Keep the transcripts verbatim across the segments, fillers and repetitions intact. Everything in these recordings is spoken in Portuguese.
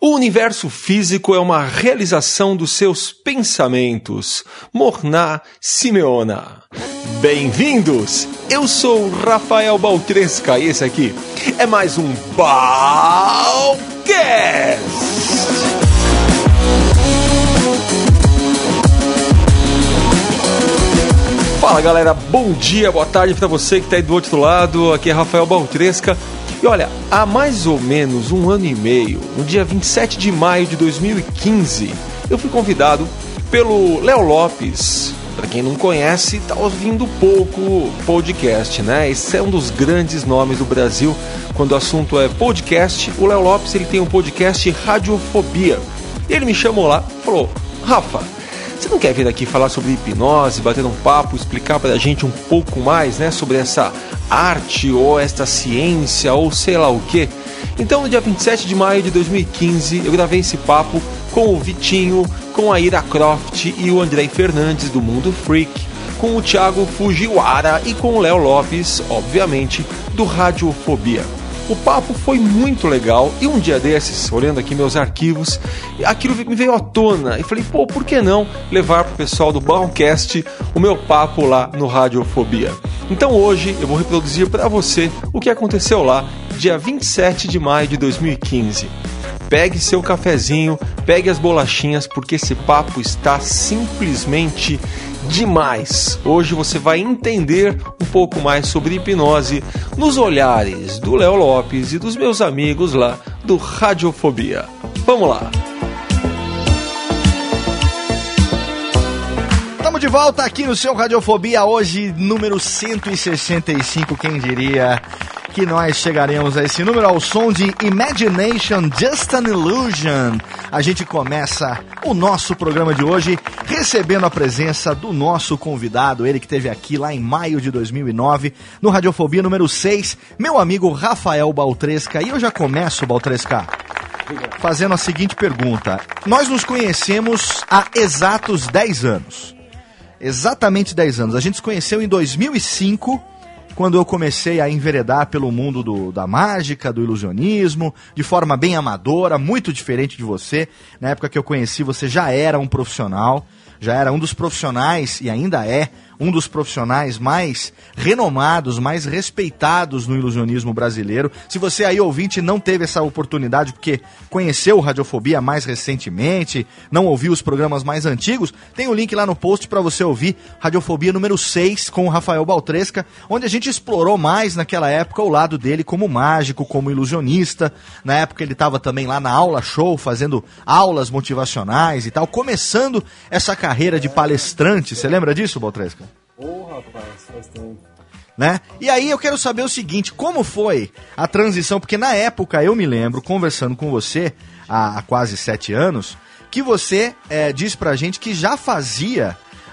O universo físico é uma realização dos seus pensamentos. Morná Simeona. Bem-vindos! Eu sou Rafael Baltresca e esse aqui é mais um Balcast! Fala galera, bom dia, boa tarde pra você que tá aí do outro lado. Aqui é Rafael Baltresca. E olha, há mais ou menos um ano e meio, no dia vinte e sete de maio de dois mil e quinze, eu fui convidado pelo Léo Lopes. Para quem não conhece, tá ouvindo pouco podcast, né? Esse é um dos grandes nomes do Brasil quando o assunto é podcast. O Léo Lopes, ele tem um podcast Radiofobia. E ele me chamou lá e falou: Rafa, você não quer vir aqui falar sobre hipnose, bater um papo, explicar pra gente um pouco mais, né, sobre essa arte ou esta ciência ou sei lá o que? Então, no dia vinte e sete de maio de dois mil e quinze, eu gravei esse papo com o Vitinho, com a Ira Croft e o Andrei Fernandes do Mundo Freak, com o Thiago Fujiwara e com o Léo Lopes, obviamente, do Radiofobia. O papo foi muito legal e um dia desses, olhando aqui meus arquivos, aquilo me veio à tona e falei, pô, por que não levar pro pessoal do Balcast o meu papo lá no Radiofobia? Então hoje eu vou reproduzir para você o que aconteceu lá, dia vinte e sete de maio de dois mil e quinze. Pegue seu cafezinho, pegue as bolachinhas, porque esse papo está simplesmente demais. Hoje você vai entender um pouco mais sobre hipnose nos olhares do Léo Lopes e dos meus amigos lá do Radiofobia. Vamos lá! Estamos de volta aqui no seu Radiofobia, hoje número cento e sessenta e cinco, quem diria que nós chegaremos a esse número ao som de Imagination, Just an Illusion. A gente começa o nosso programa de hoje recebendo a presença do nosso convidado, ele que esteve aqui lá em maio de dois mil e nove, no Radiofobia número seis, meu amigo Rafael Baltresca. E eu já começo, Baltresca, fazendo a seguinte pergunta. Nós nos conhecemos há exatos dez anos. Exatamente dez anos. A gente se conheceu em dois mil e cinco, quando eu comecei a enveredar pelo mundo do, da mágica, do ilusionismo, de forma bem amadora, muito diferente de você. Na época que eu conheci, você já era um profissional, já era um dos profissionais, e ainda é, um dos profissionais mais renomados, mais respeitados no ilusionismo brasileiro. Se você aí, ouvinte, não teve essa oportunidade porque conheceu o Radiofobia mais recentemente, não ouviu os programas mais antigos, tem o link lá no post para você ouvir Radiofobia número seis com o Rafael Baltresca, onde a gente explorou mais naquela época o lado dele como mágico, como ilusionista. Na época ele estava também lá na Aula Show, fazendo aulas motivacionais e tal, começando essa carreira de palestrante. Você lembra disso, Baltresca? Ô, oh, rapaz, faz tempo. Né? E aí eu quero saber o seguinte, como foi a transição? Porque na época eu me lembro, conversando com você há, há quase sete anos, que você é, disse pra gente que já fazia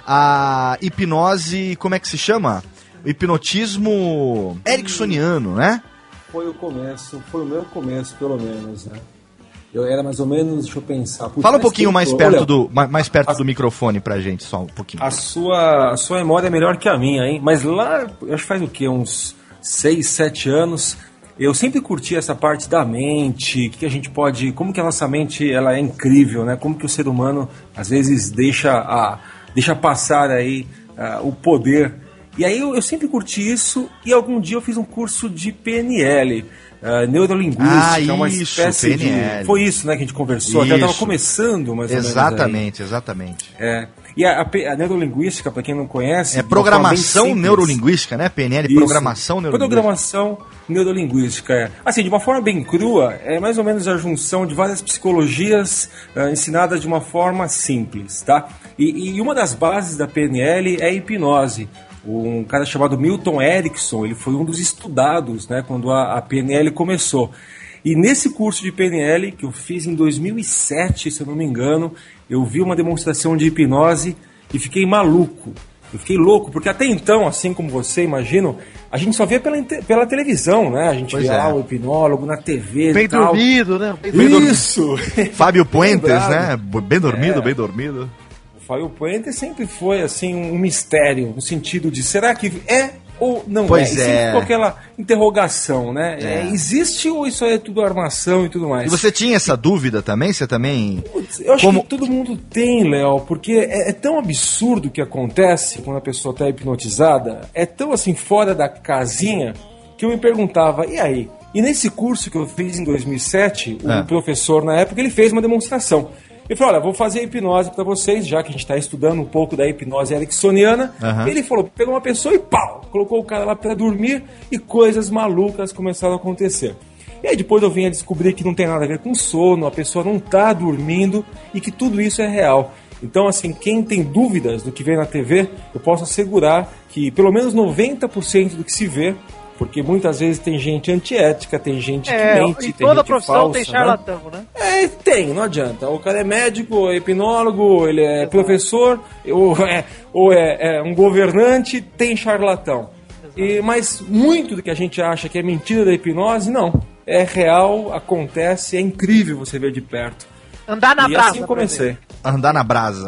a hipnose, como é que se chama? O hipnotismo ericksoniano, né? Foi o começo, foi o meu começo, pelo menos, né? Eu era mais ou menos, deixa eu pensar... Fala um pouquinho mais perto, Olha, do, mais perto a, do microfone pra gente, só um pouquinho. A sua, a sua memória é melhor que a minha, hein? Mas lá, acho que faz o quê? Uns seis, sete anos, eu sempre curti essa parte da mente, que a gente pode... Como que a nossa mente ela é incrível, né? Como que o ser humano, às vezes, deixa, a, deixa passar aí a, o poder. E aí eu, eu sempre curti isso, e algum dia eu fiz um curso de P N L... Uh, neurolinguística, ah, uma isso, espécie P N L. de... Foi isso, né, que a gente conversou. Isso. Até eu estava começando, mais ou menos. Exatamente, exatamente. É. E a, a, a neurolinguística, para quem não conhece... É programação neurolinguística, né? P N L, isso. programação neurolinguística. Programação neurolinguística, é. Assim, de uma forma bem crua, é mais ou menos a junção de várias psicologias uh, ensinadas de uma forma simples, tá? E, e uma das bases da P N L é a hipnose. Um cara chamado Milton Erickson, ele foi um dos estudados, né, quando a, a P N L começou. E nesse curso de P N L, que eu fiz em dois mil e sete, se eu não me engano, eu vi uma demonstração de hipnose e fiquei maluco. Eu fiquei louco, porque até então, assim como você, imagino, a gente só via pela, pela televisão, né? A gente pois via é. lá o hipnólogo na T V bem e tal. Dormido, né? Bem Isso! Fábio Puentes, né? Bem dormido, É. bem dormido. O Fábio Puentes sempre foi, assim, um mistério, no sentido de, será que é ou não pois é? E é. sempre com aquela interrogação, né? É. É, existe ou isso aí é tudo armação e tudo mais? E você tinha essa dúvida também? Você também... Putz, eu acho Como... que todo mundo tem, Léo, porque é, é tão absurdo o que acontece quando a pessoa está hipnotizada, é tão assim fora da casinha, que eu me perguntava, e aí? E nesse curso que eu fiz em dois mil e sete, o é. professor na época, ele fez uma demonstração. Ele falou, olha, vou fazer hipnose para vocês, já que a gente está estudando um pouco da hipnose ericksoniana. Uhum. Ele falou, pegou uma pessoa e pau, colocou o cara lá para dormir e coisas malucas começaram a acontecer. E aí depois eu vim a descobrir que não tem nada a ver com sono, a pessoa não está dormindo e que tudo isso é real. Então, assim, quem tem dúvidas do que vê na T V, eu posso assegurar que pelo menos noventa por cento do que se vê, porque muitas vezes tem gente antiética, tem gente é, que mente, e tem toda gente profissão falsa, tem charlatão, né? né? É, tem, não adianta. O cara é médico, é hipnólogo, ele é Exato. professor, ou, é, ou é, é um governante, tem charlatão. E, mas muito do que a gente acha que é mentira da hipnose, não. É real, acontece, é incrível você ver de perto. Andar na e brasa. assim comecei. Andar na brasa.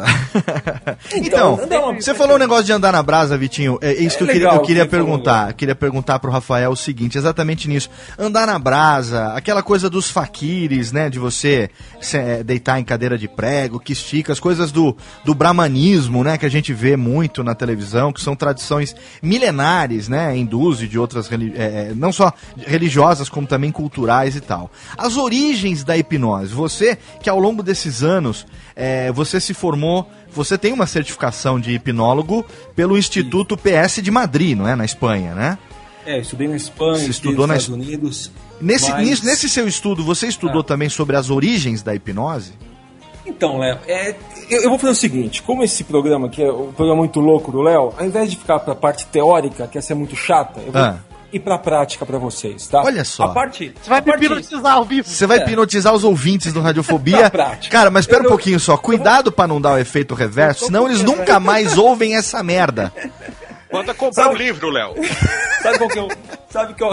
Então, então você falou um negócio de andar na brasa, Vitinho. É isso é que eu queria, eu queria perguntar. Queria perguntar pro Rafael o seguinte, exatamente nisso. Andar na brasa, aquela coisa dos faquires, né? De você se, deitar em cadeira de prego, que estica, as coisas do, do brahmanismo, né? Que a gente vê muito na televisão, que são tradições milenares, né? Hindus e de outras, é, não só religiosas, como também culturais e tal. As origens da hipnose. Você, que ao longo desses anos... É, você se formou, você tem uma certificação de hipnólogo pelo Instituto P S de Madrid, não é? Na Espanha, né? É, estudei na Espanha, você estudou nos na... Estados Unidos. Nesse, mas... nesse, nesse seu estudo, você estudou ah. também sobre as origens da hipnose? Então, Léo, é, eu, eu vou fazer o seguinte, como esse programa aqui é um programa muito louco do Léo, ao invés de ficar pra parte teórica, que essa é muito chata, eu vou... Ah. E pra prática pra vocês, tá? Olha só. A parte, você vai a parte... hipnotizar ao vivo. Você vai é. hipnotizar os ouvintes do Radiofobia. Cara, mas espera um pouquinho só. Cuidado vou... pra não dar o efeito reverso, senão eles nunca mais ouvem essa merda. Manda comprar sabe... um livro, Léo. Sabe qual que é o... Sabe que eu...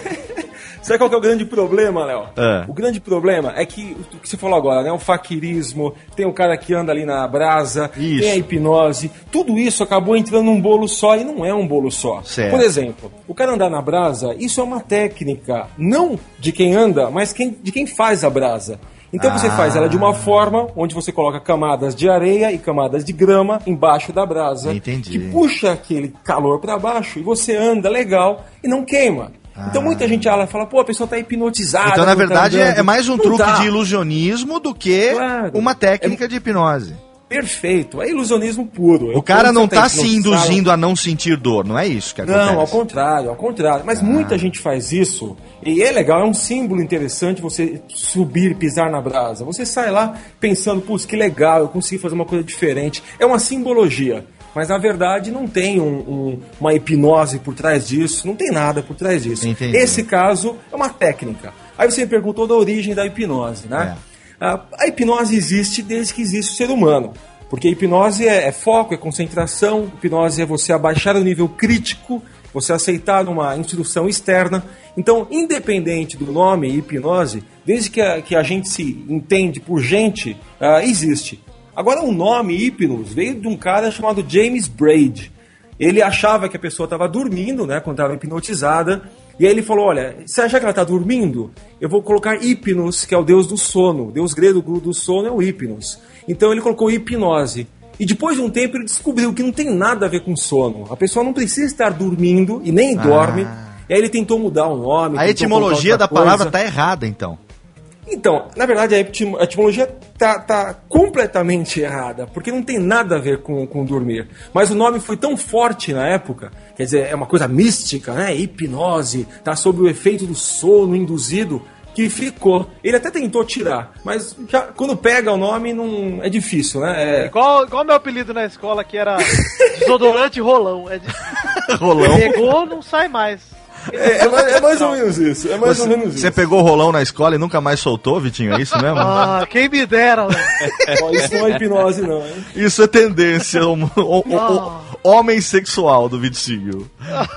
Sabe qual que é o grande problema, Léo? É. O grande problema é que, o que você falou agora, né? O faquirismo, tem o cara que anda ali na brasa, isso. Tem a hipnose, tudo isso acabou entrando num bolo só e não é um bolo só. Certo. Por exemplo, o cara andar na brasa, isso é uma técnica, não de quem anda, mas quem, de quem faz a brasa. Então ah. você faz ela de uma forma onde você coloca camadas de areia e camadas de grama embaixo da brasa. Entendi. Que puxa aquele calor para baixo e você anda legal e não queima. Ah. Então muita gente ela fala, pô, a pessoa tá hipnotizada. Então na verdade tá é mais um não truque tá. de ilusionismo do que claro. uma técnica é... de hipnose. Perfeito, é ilusionismo puro. O cara não tá se induzindo a não sentir dor, não é isso que acontece? Não, ao contrário, ao contrário. Mas ah. muita gente faz isso e é legal, é um símbolo interessante você subir, pisar na brasa. Você sai lá pensando, putz, que legal, eu consegui fazer uma coisa diferente. É uma simbologia. Mas na verdade não tem um, um, uma hipnose por trás disso, não tem nada por trás disso. Entendi. Esse caso é uma técnica. Aí você me perguntou da origem da hipnose, né? É. A, a hipnose existe desde que existe o ser humano. Porque a hipnose é, é foco, é concentração, hipnose é você abaixar o nível crítico, você aceitar uma instrução externa. Então, independente do nome hipnose, desde que a, que a gente se entende por gente, uh, existe. Agora, o nome hipnos veio de um cara chamado James Braid. Ele achava que a pessoa estava dormindo, né, quando estava hipnotizada, e aí ele falou, olha, você acha que ela está dormindo? Eu vou colocar Hipnos, que é o deus do sono. O deus grego do sono é o Hipnos. Então ele colocou hipnose. E depois de um tempo ele descobriu que não tem nada a ver com sono. A pessoa não precisa estar dormindo e nem ah. dorme. E aí ele tentou mudar o nome. A etimologia da coisa. palavra está errada, então. Então, na verdade, a etimologia tá, tá completamente errada, porque não tem nada a ver com, com dormir. Mas o nome foi tão forte na época, quer dizer, é uma coisa mística, né? Hipnose, tá sob o efeito do sono induzido, que ficou. Ele até tentou tirar, mas já, quando pega o nome, não é difícil, né? É... Igual, igual meu apelido na escola, que era desodorante rolão. É de... Rolão? Pegou, não sai mais. É, é, mais, é mais ou menos isso, é mais você, ou menos isso. Você pegou o rolão na escola e nunca mais soltou, Vitinho? É isso mesmo? Ah, quem me dera, né? Isso não é hipnose, não, hein? Isso é tendência, o, o, o, o homem sexual do Vitinho.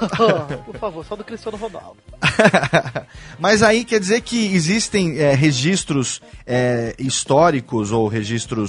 Por favor, só do Cristiano Ronaldo. Mas aí quer dizer que existem é, registros é, históricos ou registros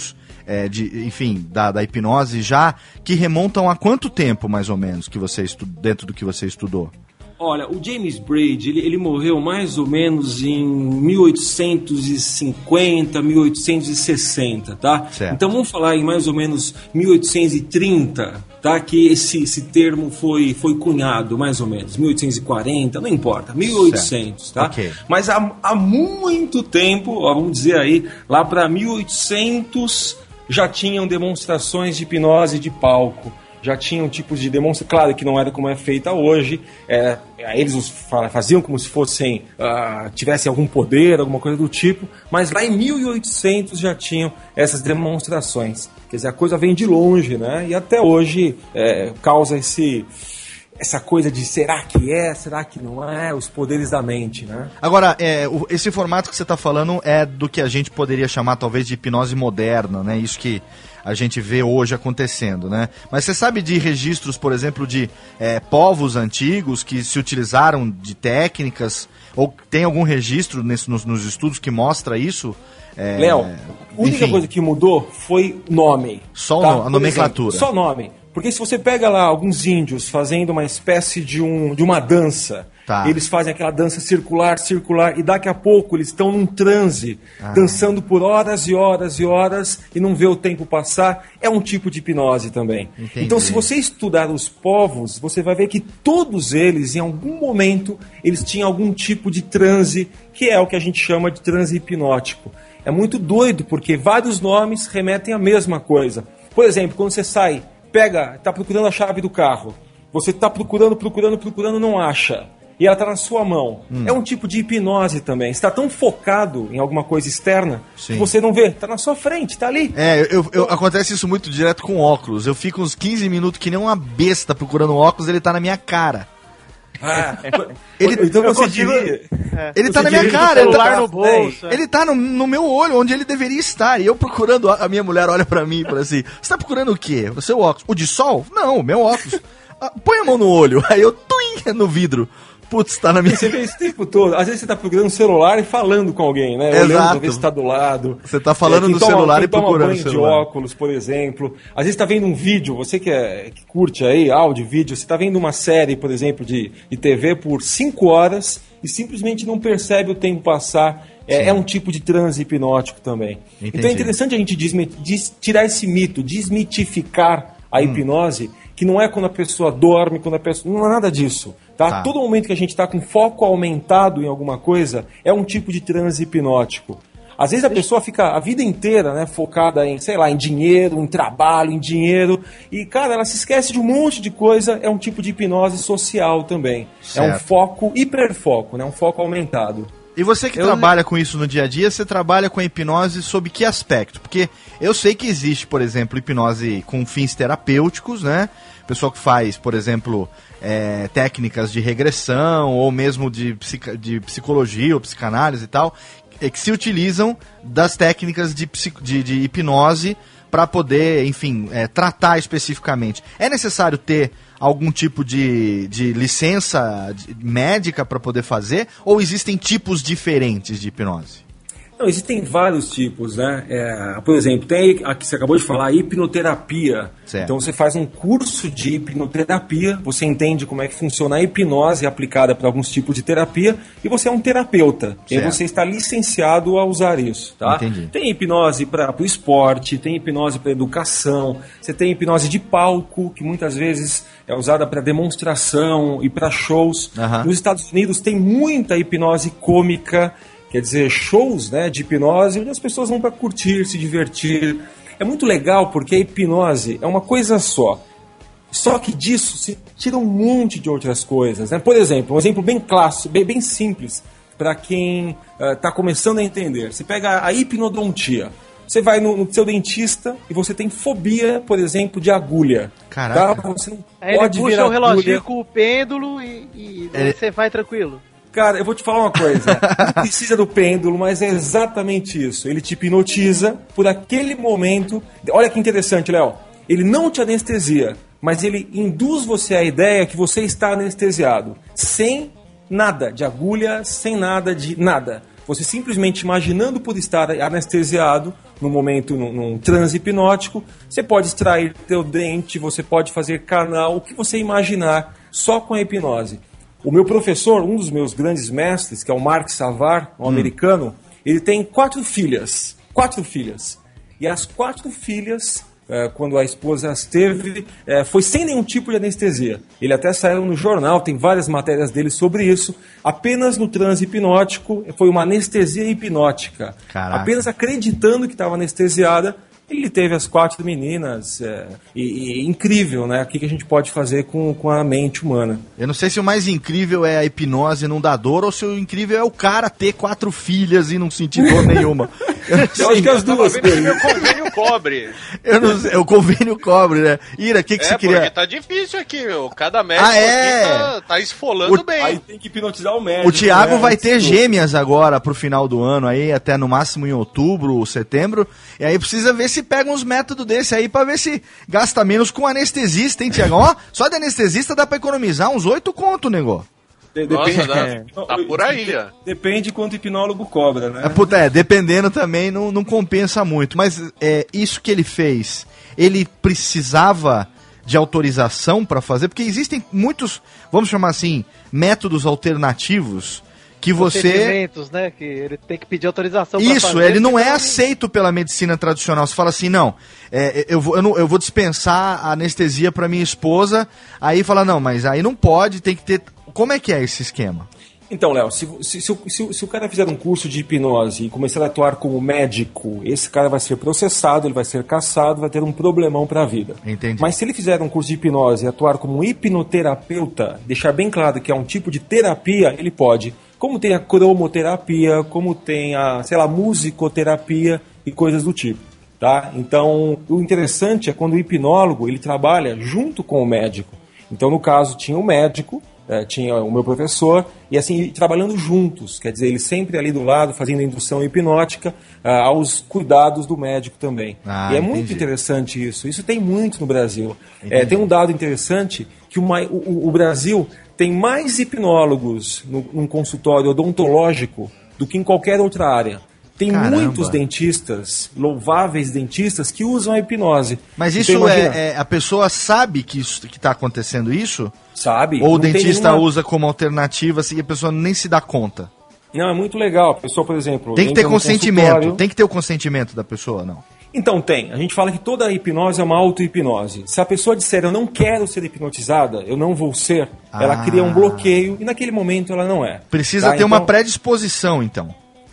é, de, enfim, da, da hipnose já, que remontam a quanto tempo, mais ou menos, que você estu, dentro do que você estudou? Olha, o James Braid, ele, ele morreu mais ou menos em mil oitocentos e cinquenta, mil oitocentos e sessenta, tá? Certo. Então vamos falar em mais ou menos mil oitocentos e trinta, tá? Que esse, esse termo foi, foi cunhado, mais ou menos, mil oitocentos e quarenta, não importa, mil e oitocentos, certo. Tá? Okay. Mas há, há muito tempo, ó, vamos dizer aí, lá para mil e oitocentos já tinham demonstrações de hipnose de palco. Já tinham tipos de demonstração, claro que não era como é feita hoje, é, eles os faziam como se fossem, uh, tivessem algum poder, alguma coisa do tipo, mas lá em mil e oitocentos já tinham essas demonstrações. Quer dizer, a coisa vem de longe, né? E até hoje é, causa esse, essa coisa de será que é, será que não é, os poderes da mente, né? Agora, é, o, esse formato que você está falando é do que a gente poderia chamar talvez de hipnose moderna, né? Isso que a gente vê hoje acontecendo, né? Mas você sabe de registros, por exemplo, de é, povos antigos que se utilizaram de técnicas, ou tem algum registro nesse, nos, nos estudos que mostra isso? É, Léo, a única enfim, coisa que mudou foi nome. Só tá? a Por nomenclatura. Exemplo, só nome. Porque se você pega lá alguns índios fazendo uma espécie de, um, de uma dança, tá. Eles fazem aquela dança circular, circular, e daqui a pouco eles estão num transe, ah. dançando por horas e horas e horas, e não vê o tempo passar, é um tipo de hipnose também. Entendi. Então, se você estudar os povos, você vai ver que todos eles, em algum momento, eles tinham algum tipo de transe, que é o que a gente chama de transe hipnótico. É muito doido, porque vários nomes remetem à mesma coisa. Por exemplo, quando você sai, pega, está procurando a chave do carro, você está procurando, procurando, procurando, não acha, e ela está na sua mão. Hum. É um tipo de hipnose também. Você está tão focado em alguma coisa externa, Sim. que você não vê, está na sua frente, está ali. É, eu, eu, acontece isso muito direto com óculos. Eu fico uns quinze minutos que nem uma besta procurando óculos, ele está na minha cara. Ah, ele, então você consigo, diria... É. Ele tá na minha cara, ele tá, no bolso, é. ele tá no, no meu olho, onde ele deveria estar. E eu procurando, a minha mulher olha pra mim e fala assim, você tá procurando o quê? O seu óculos? O de sol? Não, o meu óculos. Ah, põe a mão no olho. Aí eu, tuim, no vidro. Putz, tá na minha... Você vê esse tempo todo. Às vezes você tá procurando um celular e falando com alguém, né? Exato. Olhando pra ver se tá do lado. Você tá falando é, do toma, celular e toma procurando banho o celular. de óculos, por exemplo. Às vezes tá vendo um vídeo, você que, é, que curte aí, áudio, vídeo, você tá vendo uma série, por exemplo, de, de T V por cinco horas e simplesmente não percebe o tempo passar. É, é um tipo de transe hipnótico também. Entendi. Então é interessante a gente desmi- des- tirar esse mito, desmitificar a hipnose, hum. que não é quando a pessoa dorme, quando a pessoa... Não é nada disso. Tá? Tá. Todo momento que a gente está com foco aumentado em alguma coisa, é um tipo de transe hipnótico. Às vezes a pessoa fica a vida inteira, né, focada em, sei lá, em dinheiro, em trabalho, em dinheiro, e, cara, ela se esquece de um monte de coisa, é um tipo de hipnose social também. Certo. É um foco, hiperfoco, né, um foco aumentado. E você que eu trabalha com isso no dia a dia, você trabalha com a hipnose sob que aspecto? Porque eu sei que existe, por exemplo, hipnose com fins terapêuticos, né? Pessoal que faz, por exemplo, é, técnicas de regressão ou mesmo de, psic- de psicologia ou psicanálise e tal, é, que se utilizam das técnicas de, psico- de, de hipnose para poder, enfim, é, tratar especificamente. É necessário ter algum tipo de, de licença médica para poder fazer? Ou existem tipos diferentes de hipnose? Não, existem vários tipos, né? É, por exemplo, tem a que você acabou de falar, a hipnoterapia. Certo. Então você faz um curso de hipnoterapia, você entende como é que funciona a hipnose aplicada para alguns tipos de terapia e você é um terapeuta. Certo. E você está licenciado a usar isso, tá? Entendi. Tem hipnose para o esporte, tem hipnose para educação, você tem hipnose de palco, que muitas vezes é usada para demonstração e para shows. Uhum. Nos Estados Unidos tem muita hipnose cômica, quer dizer, shows, né, de hipnose, onde as pessoas vão para curtir, se divertir. É muito legal porque a hipnose é uma coisa só. Só que disso se tira um monte de outras coisas, né? Por exemplo, um exemplo bem clássico, bem, bem simples, para quem está uh, começando a entender. Você pega a hipnodontia. Você vai no, no seu dentista e você tem fobia, por exemplo, de agulha. Caraca. Tá? Você não Aí pode ele ver puxa o reloginho agulha. com o pêndulo e, e É. você vai tranquilo. Cara, eu vou te falar uma coisa. Não precisa do pêndulo, mas é exatamente isso. Ele te hipnotiza por aquele momento. Olha que interessante, Léo. Ele não te anestesia, mas ele induz você à ideia que você está anestesiado. Sem nada de agulha, sem nada de nada. você simplesmente imaginando por estar anestesiado, no momento, num, num transe hipnótico, você pode extrair teu dente, você pode fazer canal, o que você imaginar, só com a hipnose. O meu professor, um dos meus grandes mestres, que é o Mark Savar, um hum. americano, ele tem quatro filhas, quatro filhas. E as quatro filhas, eh, quando a esposa as teve, eh, foi sem nenhum tipo de anestesia. Ele até saiu no jornal, tem várias matérias dele sobre isso. Apenas no transe hipnótico, foi uma anestesia hipnótica. Caraca. Apenas acreditando que estava anestesiada, ele teve as quatro meninas, é, e, e incrível, né? O que, que a gente pode fazer com, com a mente humana. Eu não sei se o mais incrível é a hipnose não dar dor ou se o incrível é o cara ter quatro filhas e não sentir dor nenhuma. Eu, não sei, eu acho que as duas coisas. Meu convênio cobre. Eu não sei, o convênio cobre, né? Ira, o que, que é, você queria... É, porque tá difícil aqui, meu. Cada médico ah, é? aqui tá, tá esfolando o... bem. Aí tem que hipnotizar o médico. O Thiago né? vai ter gêmeas agora pro final do ano, aí até no máximo em outubro ou setembro. E aí precisa ver se pega uns métodos desse aí pra ver se gasta menos com anestesista, hein, Thiago? Ó, só de anestesista dá pra economizar uns oito conto, negócio. Depende, Nossa, né? Tá por aí já. Depende quanto o hipnólogo cobra, né? É, puta, é, dependendo também não, não compensa muito. Mas é, isso que ele fez, ele precisava de autorização para fazer? Porque existem muitos, vamos chamar assim, métodos alternativos que você... Procedimentos, né? Que ele tem que pedir autorização pra Isso, fazer, ele não é não... aceito pela medicina tradicional. Você fala assim, não, é, eu, vou, eu não, eu vou dispensar a anestesia para minha esposa, aí fala, não, mas aí não pode, tem que ter... Como é que é esse esquema? Então, Léo, se, se, se, se, se o cara fizer um curso de hipnose e começar a atuar como médico, esse cara vai ser processado, ele vai ser caçado, vai ter um problemão para a vida. Entendi. Mas se ele fizer um curso de hipnose e atuar como um hipnoterapeuta, deixar bem claro que é um tipo de terapia, ele pode. Como tem a cromoterapia, como tem a, sei lá, musicoterapia e coisas do tipo. Tá? Então, o interessante é quando o hipnólogo ele trabalha junto com o médico. Então, no caso, tinha o médico, É, tinha o meu professor, e assim, trabalhando juntos, quer dizer, ele sempre ali do lado, fazendo a indução hipnótica ah, aos cuidados do médico também. Ah, e é entendi. muito interessante isso, isso tem muito no Brasil. É, tem um dado interessante, que o, o, o Brasil tem mais hipnólogos no, num consultório odontológico do que em qualquer outra área. Tem Caramba. muitos dentistas, louváveis dentistas, que usam a hipnose. Mas então, isso imagina, é, é... A pessoa sabe que está acontecendo isso? Sabe. Ou o não tem dentista nenhuma... usa como alternativa assim, e a pessoa nem se dá conta? Não, é muito legal. A pessoa, por exemplo... Tem que ter entra no consentimento. consultório- Tem que ter o consentimento da pessoa, não? Então tem. A gente fala que toda hipnose é uma auto-hipnose. Se a pessoa disser eu não quero ser hipnotizada, eu não vou ser, Ah. ela cria um bloqueio e naquele momento ela não é. Precisa Tá? ter uma Então, predisposição, então.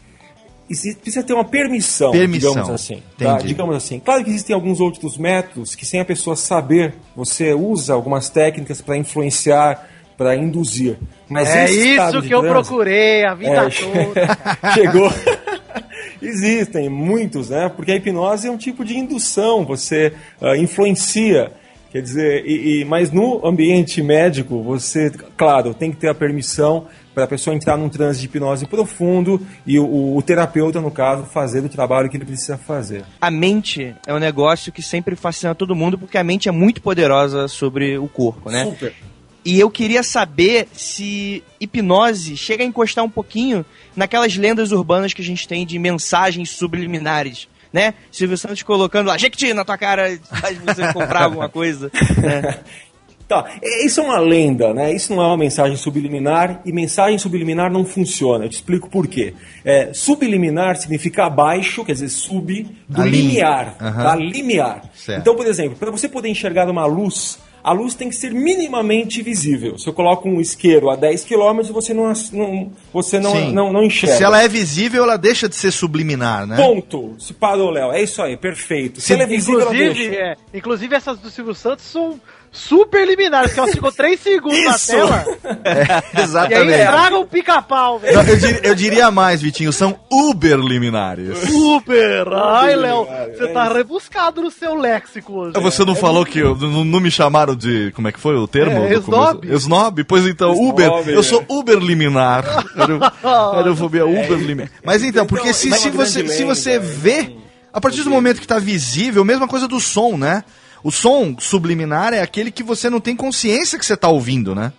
exi- Precisa ter uma permissão, Permissão. digamos assim. Tá? Entendi. Digamos assim. Claro que existem alguns outros métodos que sem a pessoa saber, você usa algumas técnicas para influenciar, para induzir. Mas É esse isso estado que de eu transe- procurei a vida É, toda. Chegou. Existem muitos, né? Porque a hipnose é um tipo de indução, você ah, influencia. Quer dizer, e, e- mas no ambiente médico, você, claro, tem que ter a permissão para a pessoa entrar num transe de hipnose profundo e o, o terapeuta, no caso, fazer o trabalho que ele precisa fazer. A mente é um negócio que sempre fascina todo mundo, porque a mente é muito poderosa sobre o corpo, né? Super. E eu queria saber se hipnose chega a encostar um pouquinho naquelas lendas urbanas que a gente tem de mensagens subliminares, né? Silvio Santos colocando lá, Jequiti na tua cara, faz você comprar alguma coisa, né? Tá, é- isso é uma lenda, né? Isso não é uma mensagem subliminar e mensagem subliminar não funciona. Eu te explico por quê. É, subliminar significa abaixo, quer dizer, sub, do A linha. limiar, Aham. tá? Limiar. Certo. Então, por exemplo, para você poder enxergar uma luz, a luz tem que ser minimamente visível. Se eu coloco um isqueiro a dez quilômetros, você não, não, você não, Sim. não, não enxerga. Se ela é visível, ela deixa de ser subliminar, né? Ponto. Se parou, Léo. É isso aí, perfeito. Se, Se- ela é visível, ela Inclusive, deixa. é, inclusive, essas do Silvio Santos são super liminares, que ela ficou três segundos Isso. na tela É, e aí exatamente. estraga o pica-pau, velho. Não, eu, dir- eu diria mais, Vitinho, são uberliminares. Super! Ai, Léo, É você tá rebuscado no seu léxico hoje. Você não falou que eu- não, não me chamaram de. Como é que foi o termo? É, do esnobe. começo? Esnobe? Pois então, Esnobe, Uber. Eu é. sou Uberliminar. Aerofobia Uberliminar. Mas então, porque se, Então, se, é uma você, grande se você lenda, vê, a partir do momento que tá visível, mesma coisa do som, né? O som subliminar é aquele que você não tem consciência que você tá ouvindo, né?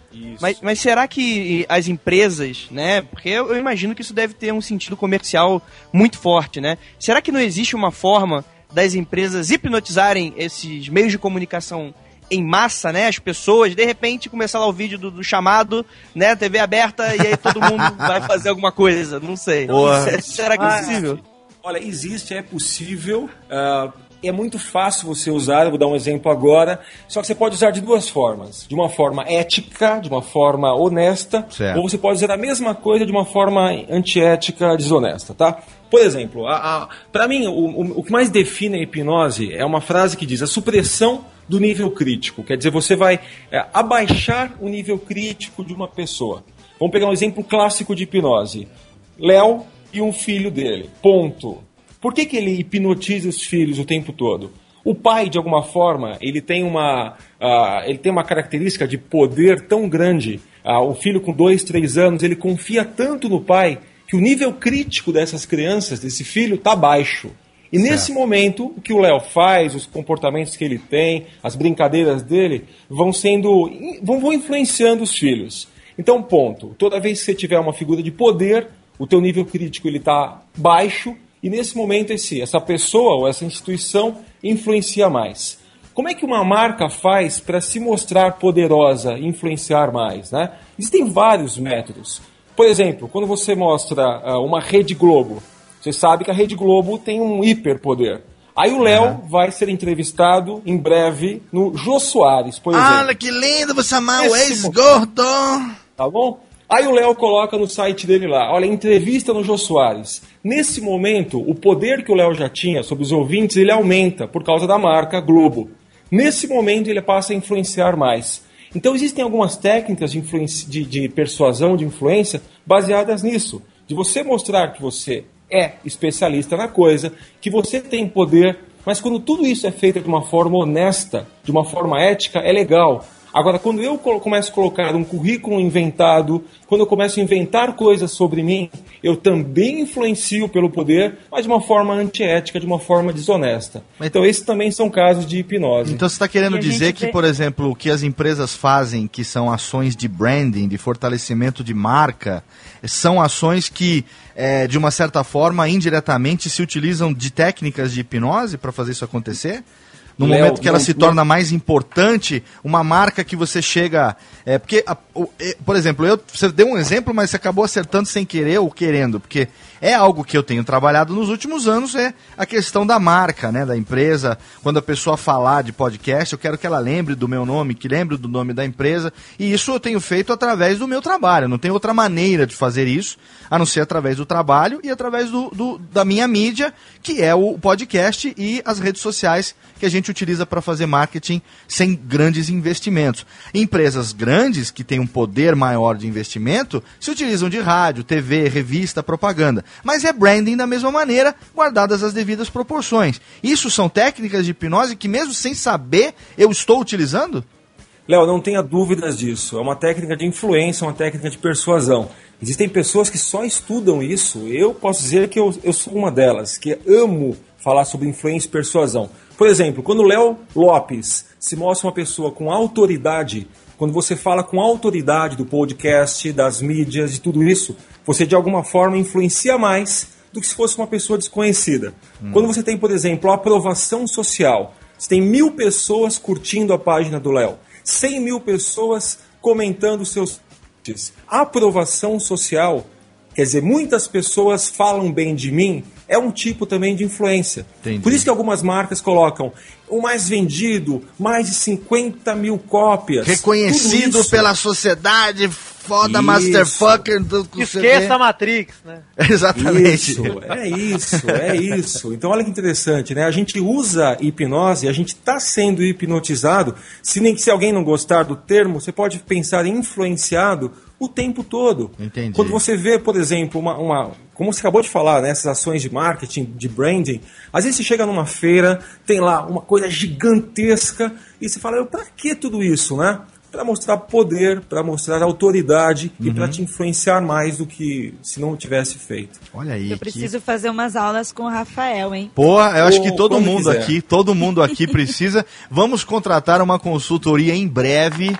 Mas, mas será que as empresas, né? Porque eu, eu imagino que isso deve ter um sentido comercial muito forte, né? Será que não existe uma forma das empresas hipnotizarem esses meios de comunicação em massa, né? As pessoas, de repente, começar lá o vídeo do, do chamado, né? T V aberta, e aí todo mundo vai fazer alguma coisa, não sei. Boa. Será que é possível? Olha, existe, é possível. Uh, é muito fácil você usar, eu vou dar um exemplo agora. Só que você pode usar de duas formas. De uma forma ética, de uma forma honesta, certo. Ou você pode usar a mesma coisa de uma forma antiética, desonesta, tá? Por exemplo, a, a, para mim, o, o, o que mais define a hipnose é uma frase que diz a supressão do nível crítico. Quer dizer, você vai é, abaixar o nível crítico de uma pessoa. Vamos pegar um exemplo clássico de hipnose. Léo e um filho dele. Ponto. Por que que ele hipnotiza os filhos o tempo todo? O pai, de alguma forma, ele tem uma, uh, ele tem uma característica de poder tão grande. Uh, o filho com dois, três anos, ele confia tanto no pai que o nível crítico dessas crianças, desse filho, está baixo. E certo. Nesse momento, o que o Léo faz, os comportamentos que ele tem, as brincadeiras dele, vão sendo, vão, vão influenciando os filhos. Então, ponto. Toda vez que você tiver uma figura de poder, o teu nível crítico está baixo, e nesse momento esse, essa pessoa ou essa instituição influencia mais. Como é que uma marca faz para se mostrar poderosa e influenciar mais, né? Existem vários métodos. Por exemplo, quando você mostra uh, uma Rede Globo, você sabe que a Rede Globo tem um hiperpoder. Aí o Léo uhum. vai ser entrevistado em breve no Jô Soares, por exemplo. Olha que lindo você amar o ex-gordo! Tá bom? Aí o Léo coloca no site dele lá, olha, entrevista no Jô Soares. Nesse momento, o poder que o Léo já tinha sobre os ouvintes, ele aumenta por causa da marca Globo. Nesse momento, ele passa a influenciar mais. Então, existem algumas técnicas de, influência, de, de persuasão, de influência, baseadas nisso. De você mostrar que você é especialista na coisa, que você tem poder, mas quando tudo isso é feito de uma forma honesta, de uma forma ética, é legal. Agora, quando eu começo a colocar um currículo inventado, quando eu começo a inventar coisas sobre mim, eu também influencio pelo poder, mas de uma forma antiética, de uma forma desonesta. Mas... Então, esses também são casos de hipnose. Então, você está querendo dizer que, vê... por exemplo, o que as empresas fazem, que são ações de branding, de fortalecimento de marca, são ações que, é, de uma certa forma, indiretamente se utilizam de técnicas de hipnose para fazer isso acontecer? No Léo, momento que ela não, se torna não... mais importante, uma marca que você chega... É, porque, a, o, é, por exemplo, eu, você deu um exemplo, mas você acabou acertando sem querer ou querendo, porque é algo que eu tenho trabalhado nos últimos anos, é a questão da marca, né, da empresa. Quando a pessoa falar de podcast, eu quero que ela lembre do meu nome, que lembre do nome da empresa, e isso eu tenho feito através do meu trabalho. Não tem outra maneira de fazer isso, a não ser através do trabalho e através do, do, da minha mídia, que é o podcast e as redes sociais que a gente utiliza para fazer marketing sem grandes investimentos. Empresas grandes, que têm um poder maior de investimento, se utilizam de rádio, T V, revista, propaganda. Mas é branding da mesma maneira, guardadas as devidas proporções. Isso são técnicas de hipnose que, mesmo sem saber, eu estou utilizando? Léo, não tenha dúvidas disso. É uma técnica de influência, uma técnica de persuasão. Existem pessoas que só estudam isso. Eu posso dizer que eu, eu sou uma delas, que amo falar sobre influência e persuasão. Por exemplo, quando o Léo Lopes se mostra uma pessoa com autoridade, quando você fala com autoridade do podcast, das mídias, de tudo isso, você de alguma forma influencia mais do que se fosse uma pessoa desconhecida. Hum. Quando você tem, por exemplo, a aprovação social, você tem mil pessoas curtindo a página do Léo, cem mil pessoas comentando seus posts. A aprovação social, quer dizer, muitas pessoas falam bem de mim, é um tipo também de influência. Entendi. Por isso que algumas marcas colocam o mais vendido, mais de cinquenta mil cópias. Reconhecido pela sociedade, foda isso. Masterfucker. Do Esqueça a Matrix, né? Exatamente. Isso, é isso, é isso. Então olha que interessante, né? A gente usa hipnose, a gente está sendo hipnotizado. Se, nem, se alguém não gostar do termo, você pode pensar em influenciado o tempo todo. Entendi. Quando você vê, por exemplo, uma, uma, como você acabou de falar, né, essas ações de marketing, de branding, às vezes você chega numa feira, tem lá uma coisa gigantesca e você fala, pra que tudo isso, né? Para mostrar poder, para mostrar autoridade uhum. e para te influenciar mais do que se não tivesse feito. Olha aí. Eu preciso que... fazer umas aulas com o Rafael, hein? Porra, eu acho que todo mundo quiser. aqui, todo mundo aqui precisa. Vamos contratar uma consultoria em breve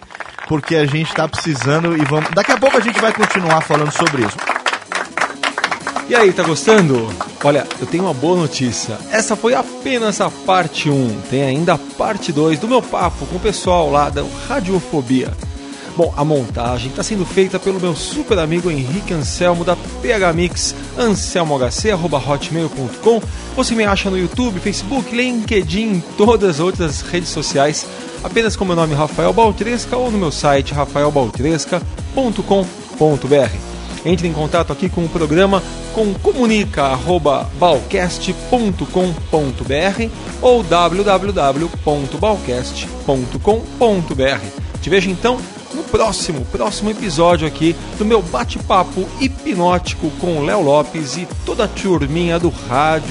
porque a gente tá precisando e vamos... Daqui a pouco a gente vai continuar falando sobre isso. E aí, tá gostando? Olha, eu tenho uma boa notícia. Essa foi apenas a parte um. Tem ainda a parte dois do meu papo com o pessoal lá da Radiofobia. Bom, a montagem está sendo feita pelo meu super amigo Henrique Anselmo da P H Mix, anselmo h c arroba hotmail ponto com. Você me acha no YouTube, Facebook, LinkedIn, em todas as outras redes sociais, apenas com meu nome Rafael Baltresca ou no meu site rafael baltresca ponto com ponto b r. Entre em contato aqui com o programa com comunica arroba balcast ponto com ponto b r ou w w w ponto balcast ponto com ponto b r. Te vejo então no próximo, próximo episódio aqui do meu bate-papo hipnótico com o Léo Lopes e toda a turminha do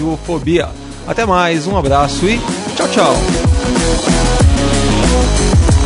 Radiofobia. Até mais, um abraço e tchau, tchau!